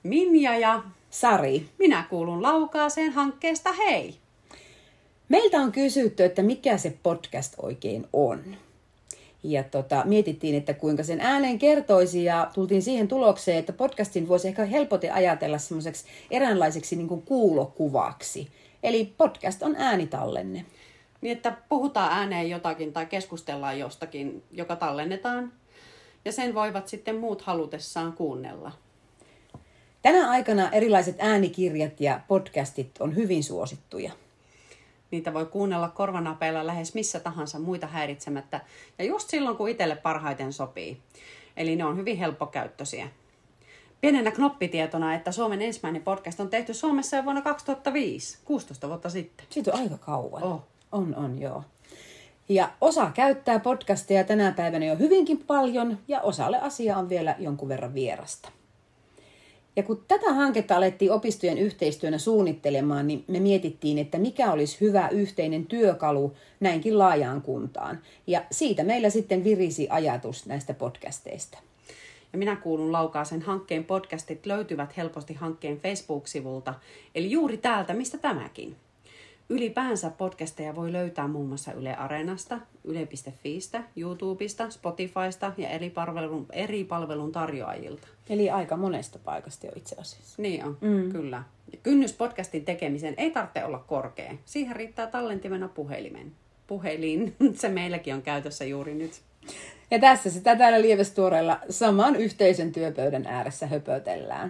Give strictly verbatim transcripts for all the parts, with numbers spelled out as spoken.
Minja ja Sari. Minä kuulun Laukaaseen hankkeesta hei! Meiltä on kysytty, että mikä se podcast oikein on. Ja tota, mietittiin, että kuinka sen ääneen kertoisi ja tultiin siihen tulokseen, että podcastin voisi ehkä helposti ajatella semmoiseksi eräänlaiseksi niin kuin kuulokuvaksi. Eli podcast on äänitallenne. Niin, että puhutaan ääneen jotakin tai keskustellaan jostakin, joka tallennetaan. Ja sen voivat sitten muut halutessaan kuunnella. Tänä aikana erilaiset äänikirjat ja podcastit on hyvin suosittuja. Niitä voi kuunnella korvanapeilla lähes missä tahansa muita häiritsemättä. Ja just silloin, kun itselle parhaiten sopii. Eli ne on hyvin helppokäyttöisiä. Pienenä knoppitietona, että Suomen ensimmäinen podcast on tehty Suomessa jo vuonna kaksituhattaviisi, kuusitoista vuotta sitten. Siitä on aika kauan. Oh. On, on, joo. Ja osa käyttää podcasteja tänä päivänä jo hyvinkin paljon, ja osalle asia on vielä jonkun verran vierasta. Ja kun tätä hanketta alettiin opistojen yhteistyönä suunnittelemaan, niin me mietittiin, että mikä olisi hyvä yhteinen työkalu näinkin laajaan kuntaan. Ja siitä meillä sitten virisi ajatus näistä podcasteista. Ja Minä kuulun Laukaasen hankkeen podcastit löytyvät helposti hankkeen Facebook-sivulta, eli juuri täältä, mistä tämäkin. Ylipäänsä podcasteja voi löytää muun muassa Yle Areenasta, yle piste fiistä, YouTubesta, Spotifysta ja eri palvelun, eri palvelun tarjoajilta. Eli aika monesta paikasta jo itse asiassa. Niin on, mm. kyllä. Ja kynnys podcastin tekemisen ei tarvitse olla korkea. Siihen riittää tallentimena puhelimen. Puhelin, se meilläkin on käytössä juuri nyt. Ja tässä sitä täällä Lievestuoreella saman yhteisen työpöydän ääressä höpötellään.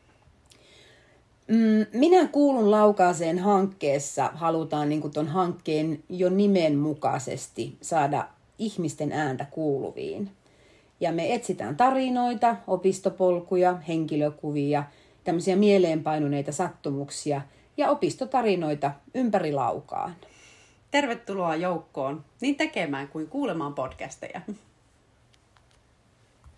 Minä kuulun Laukaaseen hankkeessa halutaan niin kuin ton hankkeen jo nimen mukaisesti saada ihmisten ääntä kuuluviin. Ja me etsitään tarinoita, opistopolkuja, henkilökuvia, tämmöisiä mieleenpainuneita sattumuksia ja opistotarinoita ympäri Laukaan. Tervetuloa joukkoon niin tekemään kuin kuulemaan podcasteja.